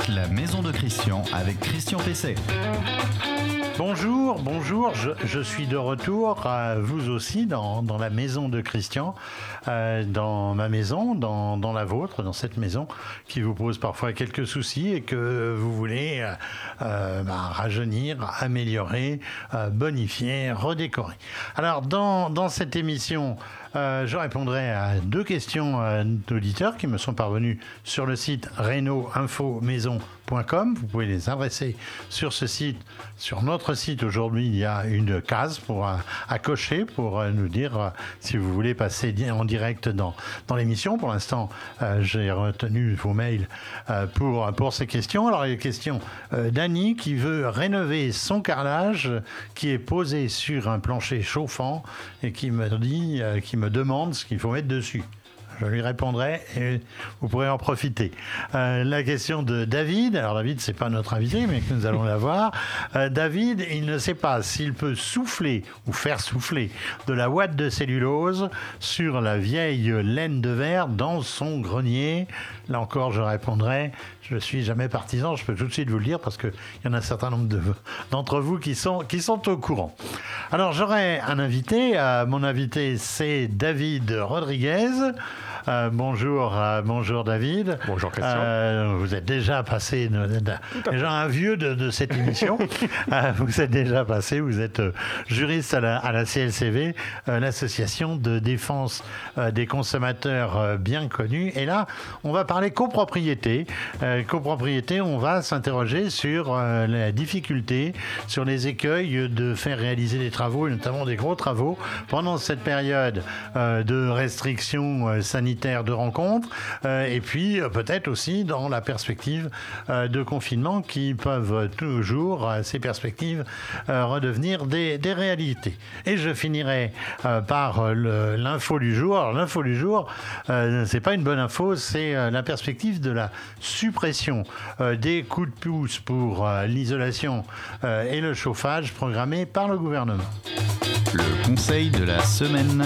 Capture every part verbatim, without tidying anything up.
La Maison de Christian avec Christian Pesset. Bonjour, bonjour, je, je suis de retour, euh, vous aussi, dans, dans la maison de Christian, euh, dans ma maison, dans, dans la vôtre, dans cette maison qui vous pose parfois quelques soucis et que vous voulez euh, euh, bah, rajeunir, améliorer, euh, bonifier, redécorer. Alors, dans, dans cette émission, euh, je répondrai à deux questions euh, d'auditeurs qui me sont parvenues sur le site reno info maison point com. Vous pouvez les adresser sur ce site. Sur notre site, aujourd'hui, il y a une case pour, à, à cocher pour euh, nous dire euh, si vous voulez passer en direct dans, dans l'émission. Pour l'instant, euh, j'ai retenu vos mails euh, pour, pour ces questions. Alors, il y a une question euh, d'Annie qui veut rénover son carrelage qui est posé sur un plancher chauffant et qui me dit, euh, qui me demande ce qu'il faut mettre dessus. Je lui répondrai et vous pourrez en profiter. Euh, la question de David. Alors David, c'est pas notre invité, mais que nous allons l'avoir. Euh, David, il ne sait pas s'il peut souffler ou faire souffler de la ouate de cellulose sur la vieille laine de verre dans son grenier. Là encore, je répondrai. Je ne suis jamais partisan, je peux tout de suite vous le dire, parce qu'il y en a un certain nombre de, d'entre vous qui sont, qui sont au courant. Alors, j'aurai un invité. Euh, mon invité, c'est David Rodriguez. Euh, bonjour, euh, bonjour David. Bonjour Christian. Euh, vous êtes déjà passé, déjà un vieux de, de cette émission. euh, vous êtes déjà passé, vous êtes euh, juriste à la, à la C L C V, euh, l'association de défense euh, des consommateurs euh, bien connue. Et là, on va parler copropriété. Euh, copropriété, on va s'interroger sur euh, la difficulté, sur les écueils de faire réaliser des travaux, et notamment des gros travaux, pendant cette période euh, de restrictions euh, sanitaires de rencontres, euh, et puis euh, peut-être aussi dans la perspective euh, de confinement qui peuvent toujours, euh, ces perspectives, euh, redevenir des, des réalités. Et je finirai euh, par le, l'info du jour. Alors l'info du jour, euh, c'est pas une bonne info, c'est euh, la perspective de la suppression euh, des coups de pouce pour euh, l'isolation euh, et le chauffage programmés par le gouvernement. Le conseil de la semaine.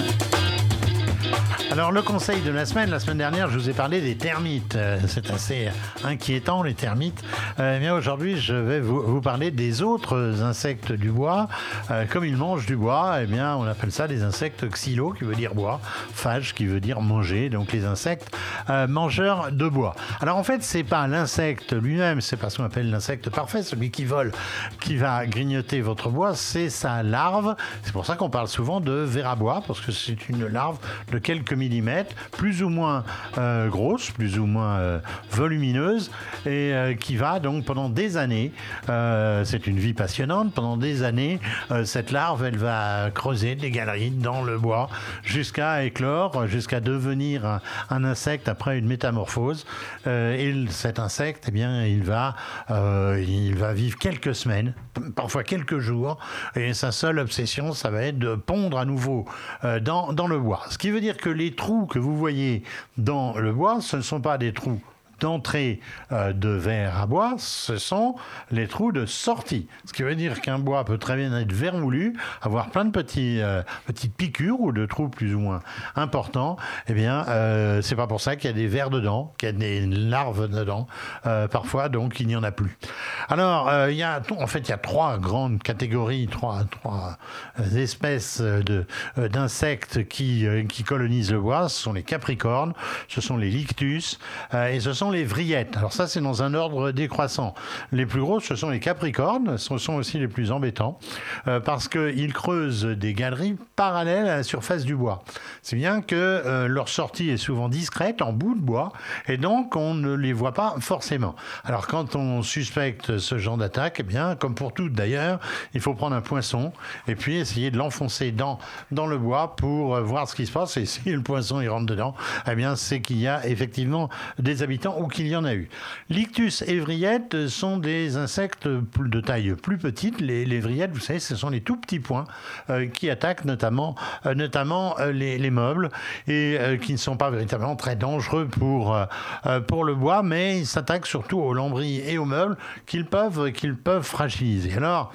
Alors le conseil de la semaine, la semaine dernière, je vous ai parlé des termites. Euh, c'est assez inquiétant, les termites. Euh, eh bien aujourd'hui, je vais vous, vous parler des autres insectes du bois. Euh, comme ils mangent du bois, eh bien, on appelle ça des insectes xylo, qui veut dire bois, phage, qui veut dire manger, donc les insectes euh, mangeurs de bois. Alors en fait, c'est pas l'insecte lui-même, c'est pas ce qu'on appelle l'insecte parfait, celui qui vole, qui va grignoter votre bois, c'est sa larve. C'est pour ça qu'on parle souvent de ver à bois, parce que c'est une larve de quelques millimètres, plus ou moins euh, grosse, plus ou moins euh, volumineuse, et euh, qui va donc pendant des années, euh, c'est une vie passionnante, pendant des années, euh, cette larve, elle va creuser des galeries dans le bois jusqu'à éclore, jusqu'à devenir un, un insecte après une métamorphose. Euh, et cet insecte, eh bien, il va, euh, il va vivre quelques semaines, parfois quelques jours, et sa seule obsession, ça va être de pondre à nouveau euh, dans, dans le bois. Ce qui veut dire que les trous que vous voyez dans le bois, ce ne sont pas des trous d'entrée euh, de verre à bois, ce sont les trous de sortie. Ce qui veut dire qu'un bois peut très bien être vermoulu, avoir plein de petits, euh, petites piqûres ou de trous plus ou moins importants. Eh bien, euh, c'est pas pour ça qu'il y a des vers dedans, qu'il y a des larves dedans. Euh, parfois, donc, il n'y en a plus. Alors, euh, il y a, en fait, il y a trois grandes catégories, trois, trois espèces de, euh, d'insectes qui, euh, qui colonisent le bois. Ce sont les capricornes, ce sont les lictus euh, et ce sont les vrillettes. Alors ça, c'est dans un ordre décroissant. Les plus gros, ce sont les capricornes. Ce sont aussi les plus embêtants euh, parce qu'ils creusent des galeries parallèles à la surface du bois. C'est bien que euh, leur sortie est souvent discrète, en bout de bois, et donc on ne les voit pas forcément. Alors quand on suspecte ce genre d'attaque, eh bien, comme pour tout d'ailleurs, il faut prendre un poinçon et puis essayer de l'enfoncer dans, dans le bois pour voir ce qui se passe. Et si le poinçon il rentre dedans, eh bien, c'est qu'il y a effectivement des habitants ou qu'il y en a eu. L'ictus et vrillettes sont des insectes de taille plus petite. Les, les vrillettes, vous savez, ce sont les tout petits points euh, qui attaquent notamment, euh, notamment euh, les, les meubles et euh, qui ne sont pas véritablement très dangereux pour, euh, pour le bois, mais ils s'attaquent surtout aux lambris et aux meubles qu'ils peuvent, qu'ils peuvent fragiliser. Alors,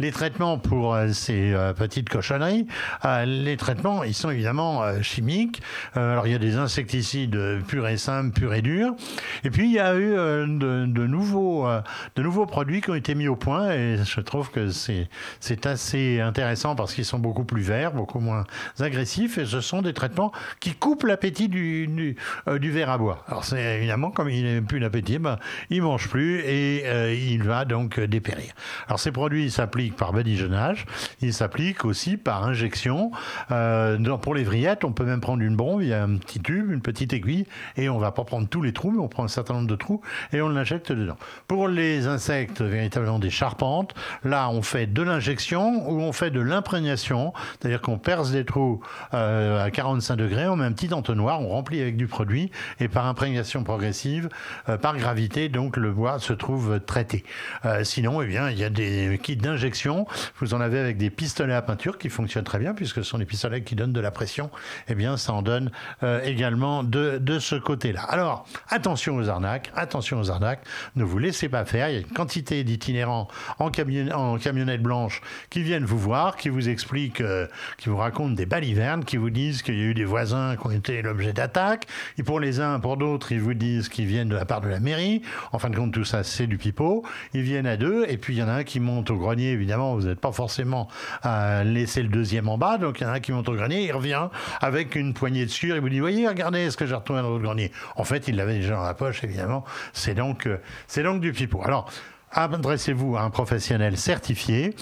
les traitements pour euh, ces euh, petites cochonneries, euh, les traitements, ils sont évidemment euh, chimiques. Euh, alors, il y a des insecticides purs et simples, purs et durs. Et puis, il y a eu euh, de, de, nouveaux, euh, de nouveaux produits qui ont été mis au point. Et je trouve que c'est, c'est assez intéressant parce qu'ils sont beaucoup plus verts, beaucoup moins agressifs. Et ce sont des traitements qui coupent l'appétit du, du, euh, du ver à bois. Alors, c'est évidemment, comme il n'a plus d'appétit, ben, il ne mange plus et euh, il va donc dépérir. Alors, ces produits s'appliquent par badigeonnage. Ils s'appliquent aussi par injection. Euh, pour les vrillettes, on peut même prendre une bombe, il y a un petit tube, une petite aiguille, et on ne va pas prendre tous les trous, mais on prend un certain nombre de trous et on l'injecte dedans. Pour les insectes, véritablement des charpentes, là, on fait de l'injection ou on fait de l'imprégnation, c'est-à-dire qu'on perce des trous euh, à quarante-cinq degrés, on met un petit entonnoir, on remplit avec du produit, et par imprégnation progressive, euh, par gravité, donc le bois se trouve traité. Euh, sinon, eh bien, il y a des kits d'injection, vous en avez avec des pistolets à peinture qui fonctionnent très bien, puisque ce sont des pistolets qui donnent de la pression, eh bien, ça en donne euh, également de, de ce côté-là. Alors, attention aux arnaques, attention aux arnaques, ne vous laissez pas faire, il y a une quantité d'itinérants en, camion, en camionnette blanche qui viennent vous voir, qui vous expliquent, euh, qui vous racontent des balivernes, qui vous disent qu'il y a eu des voisins qui ont été l'objet d'attaques, et pour les uns, pour d'autres, ils vous disent qu'ils viennent de la part de la mairie. En fin de compte, tout ça, c'est du pipeau. Ils viennent à deux, et puis il y en a un qui monte au grenier, évidemment, vous n'êtes pas forcément à laisser le deuxième en bas, donc il y en a un qui monte au grenier, il revient avec une poignée de sucre, il vous dit, voyez, regardez ce que j'ai retrouvé dans votre grenier. En fait, il l'avait déjà dans la poche, évidemment. C'est donc, euh, c'est donc du pipeau. Alors, adressez-vous à un professionnel certifié.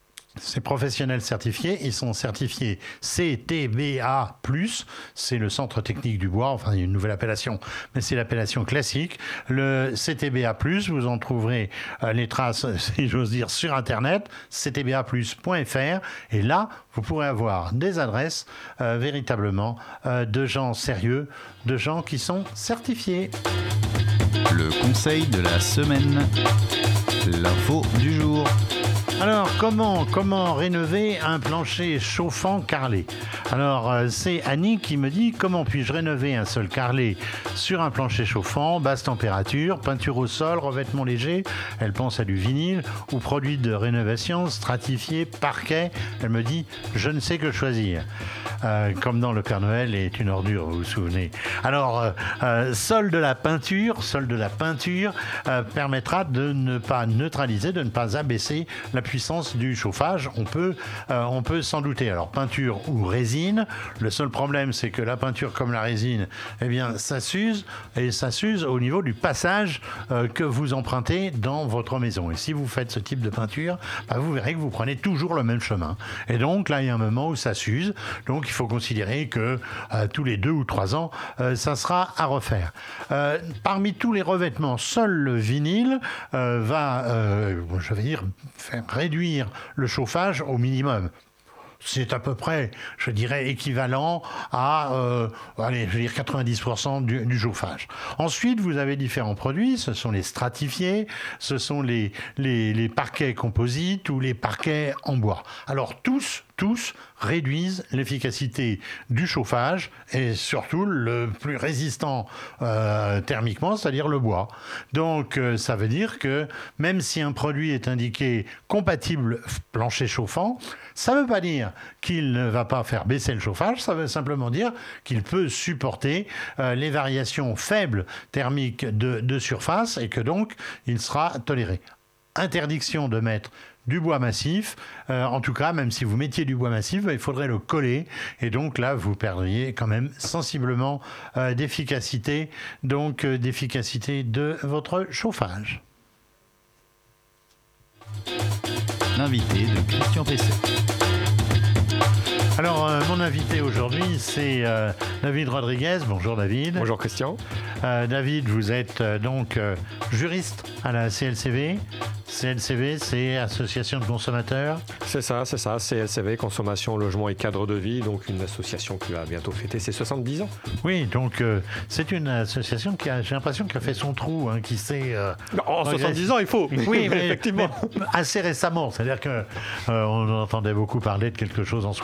Ces professionnels certifiés, ils sont certifiés C T B A plus, c'est le Centre technique du bois, enfin il y a une nouvelle appellation, mais c'est l'appellation classique. Le C T B A plus, vous en trouverez euh, les traces, si j'ose dire, sur Internet, c t b a plus point f r, et là, vous pourrez avoir des adresses euh, véritablement euh, de gens sérieux, de gens qui sont certifiés. Le conseil de la semaine, l'info du jour. Alors, comment, comment rénover un plancher chauffant carrelé ? Alors, euh, c'est Annie qui me dit « Comment puis-je rénover un sol carrelé sur un plancher chauffant, basse température, peinture au sol, revêtement léger ?» Elle pense à du vinyle ou produit de rénovation, stratifié, parquet. Elle me dit « Je ne sais que choisir. Euh, » Comme dans Le Père Noël est une ordure, vous vous souvenez. Alors, euh, euh, sol de la peinture, sol de la peinture euh, permettra de ne pas neutraliser, de ne pas abaisser la puissance du chauffage, on peut, euh, on peut s'en douter. Alors peinture ou résine, le seul problème c'est que la peinture comme la résine, eh bien ça s'use et ça s'use au niveau du passage euh, que vous empruntez dans votre maison. Et si vous faites ce type de peinture, bah, vous verrez que vous prenez toujours le même chemin. Et donc là il y a un moment où ça s'use, donc il faut considérer que euh, tous les deux ou trois ans, euh, ça sera à refaire. Euh, parmi tous les revêtements, seul le vinyle euh, va, euh, je vais dire, faire réduire le chauffage au minimum. C'est à peu près, je dirais, équivalent à euh, allez, je veux dire quatre-vingt-dix pour cent du, du chauffage. Ensuite, vous avez différents produits. Ce sont les stratifiés, ce sont les, les, les parquets composites ou les parquets en bois. Alors, tous, tous réduisent l'efficacité du chauffage et surtout le plus résistant euh, thermiquement, c'est-à-dire le bois. Donc, euh, ça veut dire que même si un produit est indiqué compatible plancher chauffant, ça ne veut pas dire qu'il ne va pas faire baisser le chauffage, ça veut simplement dire qu'il peut supporter euh, les variations faibles thermiques de, de surface et que donc il sera toléré. Interdiction de mettre du bois massif, euh, en tout cas, même si vous mettiez du bois massif, il faudrait le coller, et donc là, vous perdriez quand même sensiblement euh, d'efficacité, donc euh, d'efficacité de votre chauffage. L'invité de Christian Pesset. Alors, euh, mon invité aujourd'hui, c'est euh, David Rodriguez. Bonjour David. Bonjour Christian. Euh, David, vous êtes euh, donc euh, juriste à la C L C V. C L C V, c'est Association de consommateurs. C'est ça, c'est ça. C L C V, Consommation, Logement et Cadre de Vie, donc une association qui va bientôt fêter ses soixante-dix ans. Oui, donc euh, c'est une association qui a, j'ai l'impression, qui a fait son trou, hein, qui s'est... Euh, en soixante-dix ans, il faut. Oui, mais, effectivement. Mais assez récemment. C'est-à-dire qu'on euh, entendait beaucoup parler de quelque chose en soixante.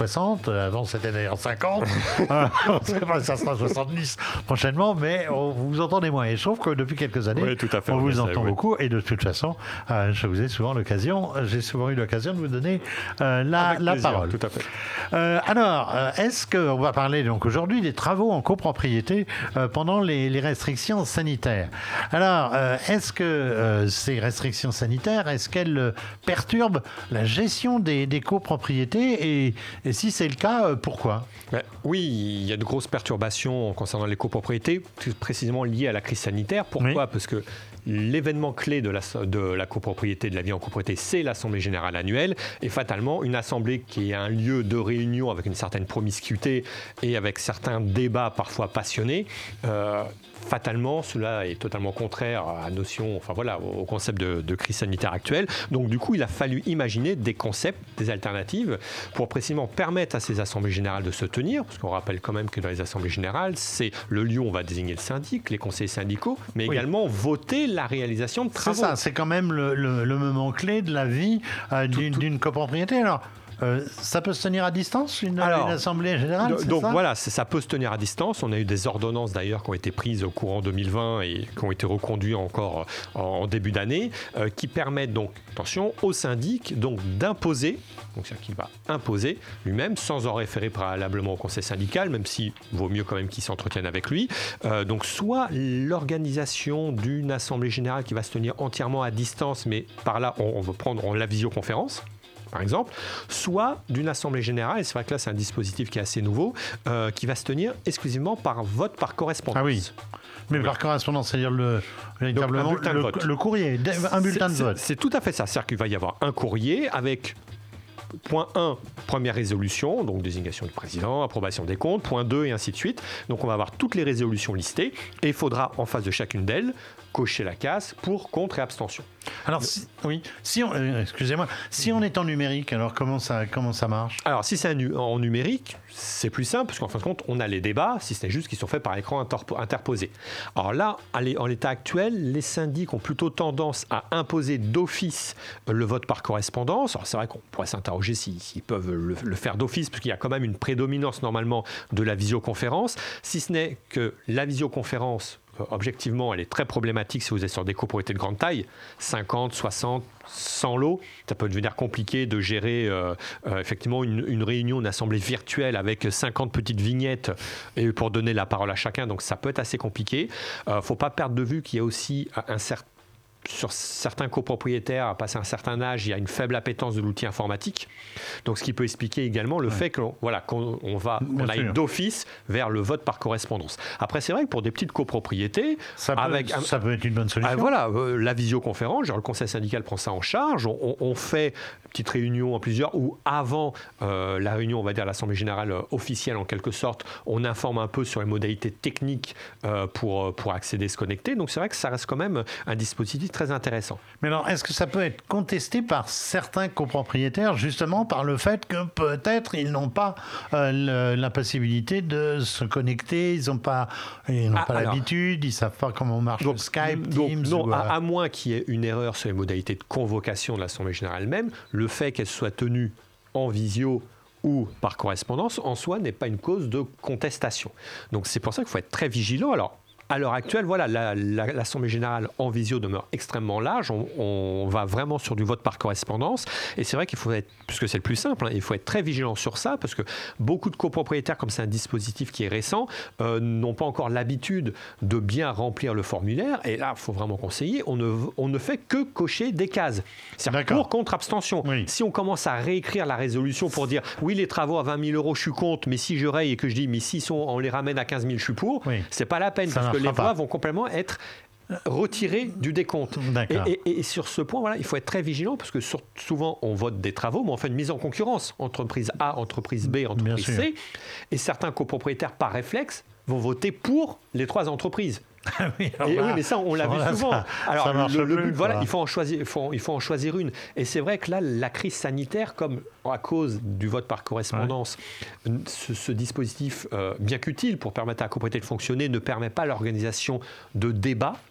soixante, avant c'était d'ailleurs cinquante, euh, on ne sait pas si ça sera soixante-dix prochainement, mais on, vous vous entendez moins. Et je trouve que depuis quelques années, oui, tout à fait, on on vous essaie, entend oui. beaucoup, et de toute façon, euh, je vous ai souvent l'occasion, j'ai souvent eu l'occasion de vous donner euh, la, Avec la plaisir, parole. tout à fait. Euh, alors, euh, est-ce qu'on va parler donc aujourd'hui des travaux en copropriété euh, pendant les, les restrictions sanitaires? Alors, euh, est-ce que euh, ces restrictions sanitaires, est-ce qu'elles euh, perturbent la gestion des, des copropriétés et, et si c'est le cas, euh, pourquoi? Ben, oui, il y a de grosses perturbations concernant les copropriétés, plus précisément liées à la crise sanitaire. Pourquoi? Oui. Parce que l'événement clé de la, de la copropriété, de la vie en copropriété, c'est l'Assemblée générale annuelle. Et fatalement, une assemblée qui est un lieu de réunion avec une certaine promiscuité et avec certains débats parfois passionnés, euh, fatalement, cela est totalement contraire à la notion, enfin voilà, au concept de, de crise sanitaire actuelle. Donc du coup, il a fallu imaginer des concepts, des alternatives pour précisément permettre à ces assemblées générales de se tenir, parce qu'on rappelle quand même que dans les assemblées générales, c'est le lieu où on va désigner le syndic, les conseillers syndicaux, mais Oui. également voter la réalisation de C'est travaux. ça, c'est quand même le, le- le moment clé de la vie euh, d'une, tout- d'une copropriété. Alors, euh, ça peut se tenir à distance, une, Alors, une assemblée générale, Do- c'est Donc ça voilà, c'est- ça peut se tenir à distance. On a eu des ordonnances d'ailleurs qui ont été prises au courant deux mille vingt et qui ont été reconduites encore en, en début d'année, euh, qui permettent donc, attention, au syndic donc d'imposer, donc c'est-à-dire qu'il va imposer lui-même sans en référer préalablement au conseil syndical, même si vaut mieux quand même qu'il s'entretienne avec lui. Euh, donc soit l'organisation d'une assemblée générale qui va se tenir entièrement à distance, mais par là on, on veut prendre en la visioconférence, par exemple, soit d'une assemblée générale, et c'est vrai que là c'est un dispositif qui est assez nouveau, euh, qui va se tenir exclusivement par vote par correspondance. Ah oui. Mais par correspondance, c'est-à-dire le, véritablement bulletin de le, vote. le courrier, un bulletin de C'est- vote. C'est, c'est tout à fait ça, c'est-à-dire qu'il va y avoir un courrier avec point un, première résolution, donc désignation du président, approbation des comptes, point deux et ainsi de suite. Donc on va avoir toutes les résolutions listées et il faudra en face de chacune d'elles cocher la case pour, contre et abstention. Alors, si, oui, si on, euh, excusez-moi, si on est en numérique, alors comment ça, comment ça marche? Alors, si c'est un nu- en numérique, c'est plus simple, parce qu'en fin de compte, on a les débats, si ce n'est juste qu'ils sont faits par écran interpo- interposé. Alors là, à l'é- en l'état actuel, les syndics ont plutôt tendance à imposer d'office le vote par correspondance. Alors, c'est vrai qu'on pourrait s'interroger s'ils, s'ils peuvent le, le faire d'office, parce qu'il y a quand même une prédominance normalement de la visioconférence, si ce n'est que la visioconférence, euh, objectivement, elle est très problématique si vous êtes sur des copropriétés de grande taille, cinquante, soixante, cent lots. Ça peut devenir compliqué de gérer euh, euh, effectivement une, une réunion, une assemblée virtuelle avec cinquante petites vignettes et pour donner la parole à chacun. Donc ça peut être assez compliqué. Il ne faut pas perdre de vue qu'il y a aussi un certain sur certains copropriétaires, à passer un certain âge, il y a une faible appétence de l'outil informatique. Donc, ce qui peut expliquer également le ouais. fait qu'on voilà, qu'on on va on aille d'office vers le vote par correspondance. Après, c'est vrai que pour des petites copropriétés, ça peut, avec, ça peut être une bonne solution. Ah, voilà, euh, la visioconférence, genre le conseil syndical prend ça en charge. On, on, on fait une petite réunion en plusieurs, ou avant euh, la réunion, on va dire l'assemblée générale euh, officielle en quelque sorte, on informe un peu sur les modalités techniques euh, pour, pour accéder, se connecter. Donc, c'est vrai que ça reste quand même un dispositif très intéressant. Mais alors, est-ce que ça peut être contesté par certains copropriétaires, justement par le fait que peut-être ils n'ont pas euh, le, la possibilité de se connecter, ils n'ont pas, ils n'ont ah, pas alors, l'habitude, ils ne savent pas comment marche donc, Skype, donc, Teams Non, ou, à, à moins qu'il y ait une erreur sur les modalités de convocation de l'Assemblée générale elle-même, le fait qu'elle soit tenue en visio ou par correspondance, en soi, n'est pas une cause de contestation. Donc, c'est pour ça qu'il faut être très vigilant. Alors, à l'heure actuelle, voilà, la, la, l'Assemblée générale en visio demeure extrêmement large. On, on va vraiment sur du vote par correspondance. Et c'est vrai qu'il faut être, puisque c'est le plus simple, hein, il faut être très vigilant sur ça, parce que beaucoup de copropriétaires, comme c'est un dispositif qui est récent, euh, n'ont pas encore l'habitude de bien remplir le formulaire. Et là, il faut vraiment conseiller, on ne, on ne fait que cocher des cases. C'est-à-dire pour, contre, abstention. Oui. Si on commence à réécrire la résolution pour dire, oui, les travaux à vingt mille euros, je suis contre, mais si je raye et que je dis, mais si sont, on les ramène à quinze mille, je suis pour, oui. c'est pas la peine. Ça parce que les voix pas. vont complètement être retirées du décompte. Et, et, et sur ce point, voilà, il faut être très vigilant parce que sur, souvent on vote des travaux, mais on fait une mise en concurrence. Entreprise A, entreprise B, entreprise C. Et certains copropriétaires, par réflexe, vont voter pour les trois entreprises. oui, et oui, mais ça, on l'a vu là, souvent. Ça, alors, ça le, le plus, but, voilà, il faut, en choisir, il, faut, il faut en choisir une. Et c'est vrai que là, la crise sanitaire, comme à cause du vote par correspondance, ouais. ce, ce dispositif, euh, bien qu'utile pour permettre à la copropriété de fonctionner, ne permet pas l'organisation de débats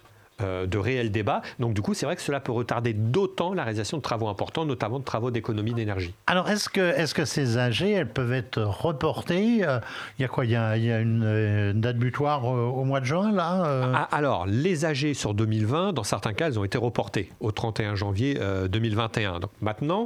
euh, de réels débats. Donc du coup, c'est vrai que cela peut retarder d'autant la réalisation de travaux importants, notamment de travaux d'économie d'énergie. Alors, est-ce que, est-ce que ces A G, elles peuvent être reportées ? Il y a quoi ? Il y a, il y a une, une date butoir au mois de juin, là euh... ah, Alors, les A G sur deux mille vingt, dans certains cas, elles ont été reportées au trente et un janvier euh, deux mille vingt et un. Donc maintenant,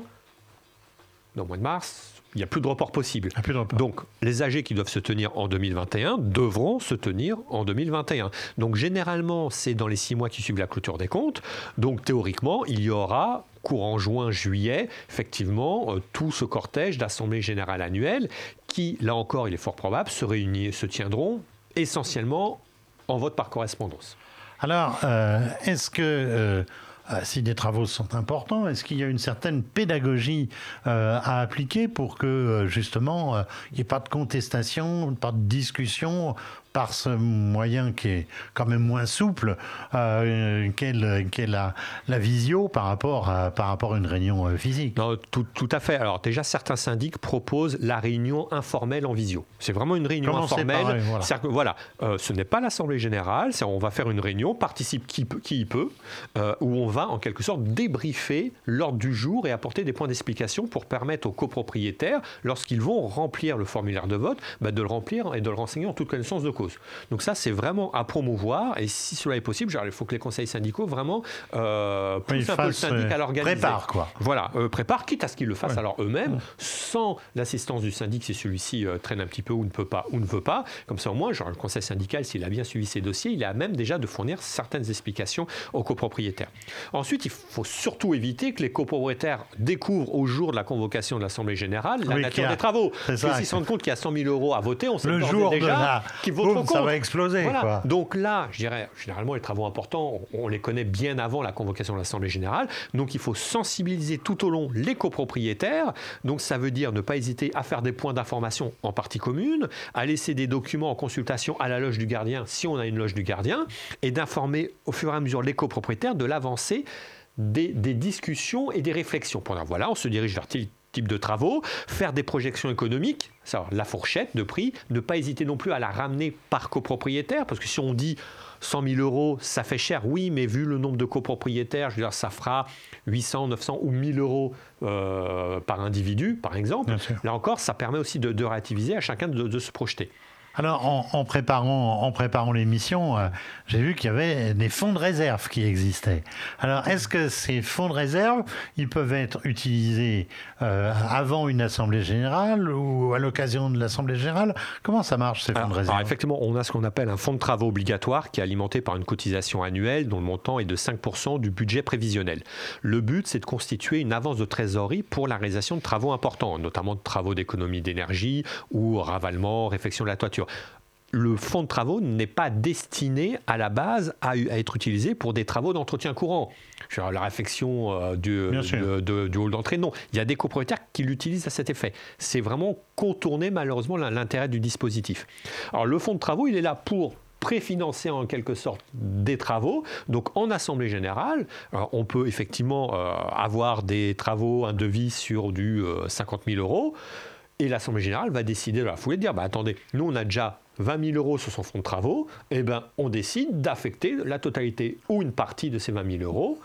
au mois de mars, il n'y a plus de report possible. Plus de report. Donc, les A G qui doivent se tenir en deux mille vingt et un devront se tenir en deux mille vingt et un. Donc, généralement, c'est dans les six mois qui suivent la clôture des comptes. Donc, théoriquement, il y aura, courant juin, juillet, effectivement, euh, tout ce cortège d'assemblée générale annuelle qui, là encore, il est fort probable, se, réunit, se tiendront essentiellement en vote par correspondance. Alors, euh, est-ce que... Euh si des travaux sont importants, est-ce qu'il y a une certaine pédagogie euh, à appliquer pour que, justement, euh, il n'y ait pas de contestation, pas de discussion par ce moyen qui est quand même moins souple euh, qu'est, le, qu'est la, la visio par rapport, à, par rapport à une réunion euh, physique. Non, tout, tout à fait. Alors déjà, certains syndics proposent la réunion informelle en visio. C'est vraiment une réunion Commencer informelle. pareil, voilà. C'est-à-dire que, voilà, euh, ce n'est pas l'Assemblée générale, c'est, on va faire une réunion, participe qui, qui y peut, euh, où on va en quelque sorte débriefer l'ordre du jour et apporter des points d'explication pour permettre aux copropriétaires, lorsqu'ils vont remplir le formulaire de vote, bah, de le remplir et de le renseigner en toute connaissance de cause. Donc ça, c'est vraiment à promouvoir. Et si cela est possible, genre, il faut que les conseils syndicaux vraiment euh, poussent un peu le syndic à l'organiser. Prépare, quoi. Voilà, euh, prépare, quitte à ce qu'ils le fassent Ouais. alors eux-mêmes, Ouais. sans l'assistance du syndic si celui-ci euh, traîne un petit peu ou ne peut pas ou ne veut pas. Comme ça, au moins, genre, le conseil syndical, s'il a bien suivi ses dossiers, il est à même déjà de fournir certaines explications aux copropriétaires. Ensuite, il faut surtout éviter que les copropriétaires découvrent au jour de la convocation de l'Assemblée générale la Oui, nature a... des travaux. C'est Parce ça. qu'ils se rendent compte qu'il y a cent mille euros à voter, on sait le d'ores jour et déjà de la... qu'ils voteront Boum, contre. ça va exploser. Voilà. Quoi. Donc là, je dirais, généralement, les travaux importants, on les connaît bien avant la convocation de l'Assemblée générale. Donc il faut sensibiliser tout au long les copropriétaires. Donc ça veut dire ne pas hésiter à faire des points d'information en partie commune, à laisser des documents en consultation à la loge du gardien, si on a une loge du gardien, et d'informer au fur et à mesure les copropriétaires de l'avancée des, des discussions et des réflexions. Pour dire, voilà, on se dirige vers tel type de travaux, faire des projections économiques, ça, la fourchette de prix, ne pas hésiter non plus à la ramener par copropriétaire, parce que si on dit cent mille euros, ça fait cher, oui, mais vu le nombre de copropriétaires, je veux dire, ça fera huit cents, neuf cents ou mille euros euh, par individu, par exemple. Là encore, ça permet aussi de, de relativiser à chacun de, de se projeter. Alors, en, en préparant, en préparant l'émission, euh, j'ai vu qu'il y avait des fonds de réserve qui existaient. Alors, est-ce que ces fonds de réserve, ils peuvent être utilisés euh, avant une assemblée générale ou à l'occasion de l'assemblée générale ? Comment ça marche, ces fonds alors, de réserve ? alors, effectivement, on a ce qu'on appelle un fonds de travaux obligatoire qui est alimenté par une cotisation annuelle dont le montant est de cinq pour cent du budget prévisionnel. Le but, c'est de constituer une avance de trésorerie pour la réalisation de travaux importants, notamment de travaux d'économie d'énergie ou ravalement, réfection de la toiture. Le fonds de travaux n'est pas destiné à la base à, à être utilisé pour des travaux d'entretien courant. Genre la réfection euh, du, de, de, du hall d'entrée, non. Il y a des copropriétaires qui l'utilisent à cet effet. C'est vraiment contourner malheureusement l'intérêt du dispositif. Alors le fonds de travaux, il est là pour préfinancer en quelque sorte des travaux. Donc en assemblée générale, alors, on peut effectivement euh, avoir des travaux, un devis sur du euh, cinquante mille euros. Et l'Assemblée générale va décider de la foulée de dire, bah, attendez, nous on a déjà vingt mille euros sur son fonds de travaux, et ben on décide d'affecter la totalité ou une partie de ces vingt mille euros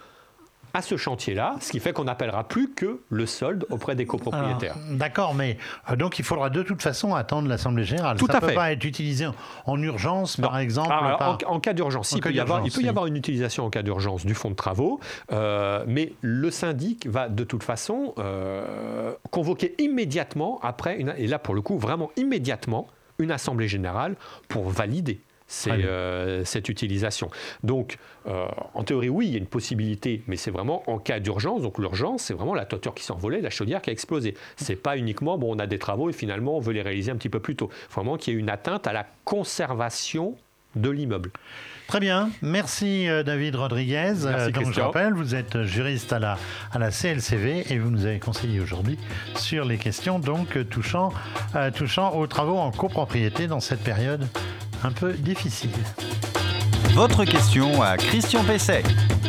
à ce chantier-là, ce qui fait qu'on n'appellera plus que le solde auprès des copropriétaires. Alors, d'accord, mais euh, donc il faudra de toute façon attendre l'Assemblée générale. Tout Ça à ne peut fait. pas être utilisé en, en urgence, non. Par exemple. Alors, par... En, en cas d'urgence, il, peut y, avoir, il peut y avoir une utilisation en cas d'urgence du fonds de travaux, euh, mais le syndic va de toute façon euh, convoquer immédiatement après, une, et là pour le coup vraiment immédiatement, une Assemblée générale pour valider. C'est, euh, cette utilisation. Donc, euh, en théorie, oui, il y a une possibilité, mais c'est vraiment en cas d'urgence. Donc, l'urgence, c'est vraiment la toiture qui s'est envolée, la chaudière qui a explosé. C'est pas uniquement, bon, on a des travaux et finalement, on veut les réaliser un petit peu plus tôt. Il faut vraiment qu'il y ait une atteinte à la conservation de l'immeuble. Très bien, merci euh, David Rodriguez. Merci, euh, donc je Christian. rappelle, vous êtes juriste à la, à la C L C V et vous nous avez conseillé aujourd'hui sur les questions donc euh, touchant, euh, touchant aux travaux en copropriété dans cette période un peu difficile. Votre question à Christian Pesset.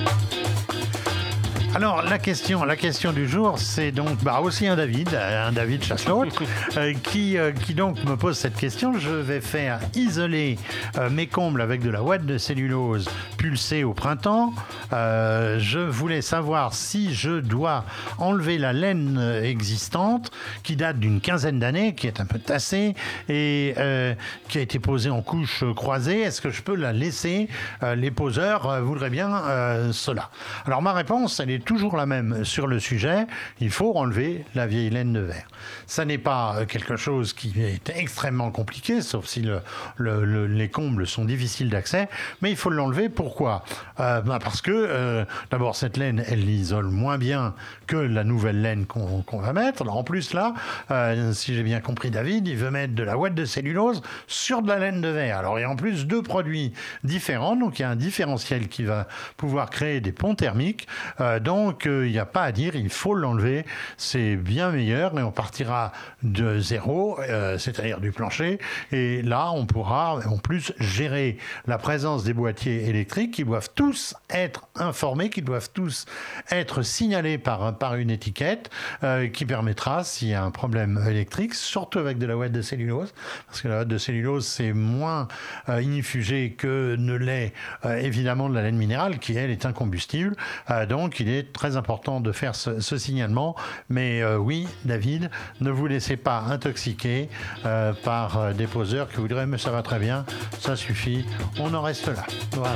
Alors la question, la question du jour, c'est donc bah, aussi un David, un David chasse l'autre, euh, qui, euh, qui donc me pose cette question. Je vais faire isoler euh, mes combles avec de la ouate de cellulose, pulsé au printemps. Euh, je voulais savoir si je dois enlever la laine existante qui date d'une quinzaine d'années, qui est un peu tassée et euh, qui a été posée en couche croisée. Est-ce que je peux la laisser? euh, Les poseurs euh, voudraient bien euh, cela. Alors ma réponse, elle est toujours la même sur le sujet. Il faut enlever la vieille laine de verre. Ça n'est pas quelque chose qui est extrêmement compliqué, sauf si le, le, le, les combles sont difficiles d'accès, mais il faut l'enlever. Pourquoi? euh, bah Parce que euh, d'abord cette laine, elle isole moins bien que la nouvelle laine qu'on qu'on va mettre. Alors en plus là, euh, si j'ai bien compris David, il veut mettre de la ouate de cellulose sur de la laine de verre. Alors il y a en plus deux produits différents, donc il y a un différentiel qui va pouvoir créer des ponts thermiques. Euh, donc euh, il n'y a pas à dire, il faut l'enlever. C'est bien meilleur et on partira de zéro, euh, c'est-à-dire du plancher. Et là, on pourra en plus gérer la présence des boîtiers électriques qui doivent tous être informés, qui doivent tous être signalés par, par une étiquette euh, qui permettra, s'il y a un problème électrique, surtout avec de la ouate de cellulose, parce que la ouate de cellulose, c'est moins euh, inifugé que ne l'est euh, évidemment de la laine minérale, qui elle est incombustible. Euh, donc, il est très important de faire ce, ce signalement. Mais euh, oui, David, ne vous laissez pas intoxiquer euh, par euh, des poseurs qui vous diraient mais ça va très bien, ça suffit, on en reste là. Voilà.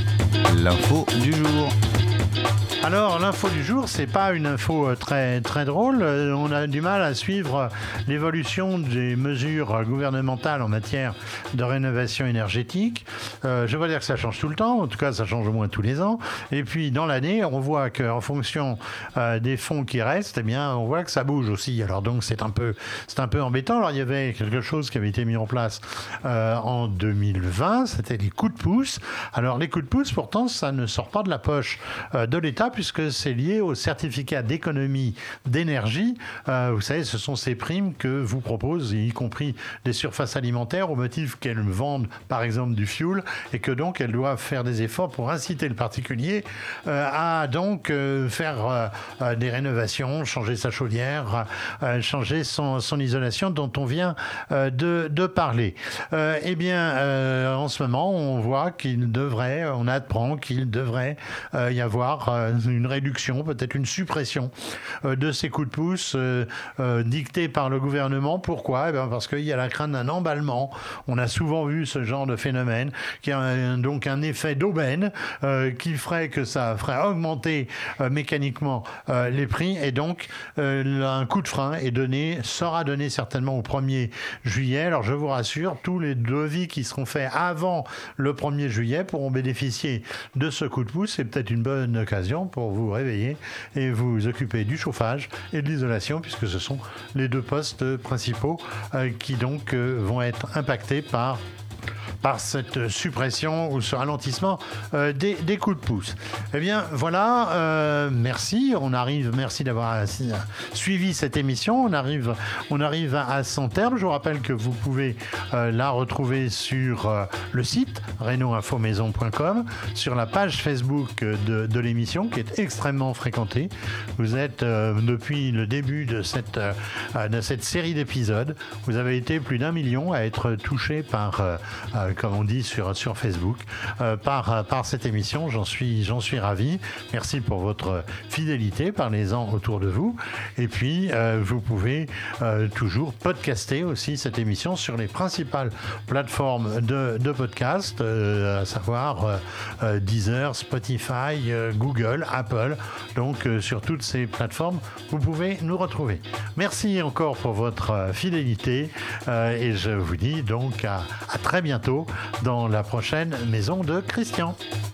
L'info du jour. Alors, l'info du jour, c'est pas une info très, très drôle. On a du mal à suivre l'évolution des mesures gouvernementales en matière de rénovation énergétique. Euh, je ne vais pas dire que ça change tout le temps, en tout cas, ça change au moins tous les ans. Et puis, dans l'année, on voit qu'en fonction euh, des fonds qui restent, eh bien, on voit que ça bouge aussi. Alors, donc, c'est un peu, c'est un peu embêtant. Alors, il y avait quelque chose qui avait été mis en place euh, en deux mille vingt, c'était les coups de pouce. Alors, les coups de pouce, pourtant, ça ne sort pas de la poche euh, de l'État, puisque c'est lié au certificat d'économie d'énergie. Euh, vous savez, ce sont ces primes que vous proposent, y compris des surfaces alimentaires, au motif qu'elles vendent, par exemple, du fioul, et que donc elles doivent faire des efforts pour inciter le particulier euh, à donc euh, faire euh, euh, des rénovations, changer sa chaudière, euh, changer son, son isolation dont on vient euh, de, de parler. Euh, eh bien, euh, en ce moment, on voit qu'il devrait, on apprend qu'il devrait euh, y avoir euh, une réduction, peut-être une suppression euh, de ces coups de pouce euh, euh, dictés par le gouvernement. Pourquoi? Eh bien parce qu'il y a la crainte d'un emballement. On a souvent vu ce genre de phénomène, qui a un, donc un effet d'aubaine euh, qui ferait que ça ferait augmenter euh, mécaniquement euh, les prix, et donc euh, un coup de frein est donné, sera donné certainement au premier juillet. Alors je vous rassure, tous les devis qui seront faits avant le premier juillet pourront bénéficier de ce coup de pouce. C'est peut-être une bonne occasion pour vous réveiller et vous occuper du chauffage et de l'isolation, puisque ce sont les deux postes principaux euh, qui donc euh, vont être impactés par par cette suppression ou ce ralentissement euh, des, des coups de pouce. Eh bien, voilà, euh, merci. On arrive, merci d'avoir suivi cette émission. On arrive, on arrive à, à son terme. Je vous rappelle que vous pouvez euh, la retrouver sur euh, le site reno info maison point com, sur la page Facebook de, de l'émission, qui est extrêmement fréquentée. Vous êtes, euh, depuis le début de cette, euh, de cette série d'épisodes, vous avez été plus d'un million à être touchés par euh, comme on dit sur, sur Facebook, euh, par, par cette émission. J'en suis, j'en suis ravi. Merci pour votre fidélité. Parlez-en autour de vous. Et puis, euh, vous pouvez euh, toujours podcaster aussi cette émission sur les principales plateformes de, de podcast, euh, à savoir euh, euh, Deezer, Spotify, euh, Google, Apple. Donc, euh, sur toutes ces plateformes, vous pouvez nous retrouver. Merci encore pour votre fidélité euh, et je vous dis donc à, à très bientôt dans la prochaine maison de Christian.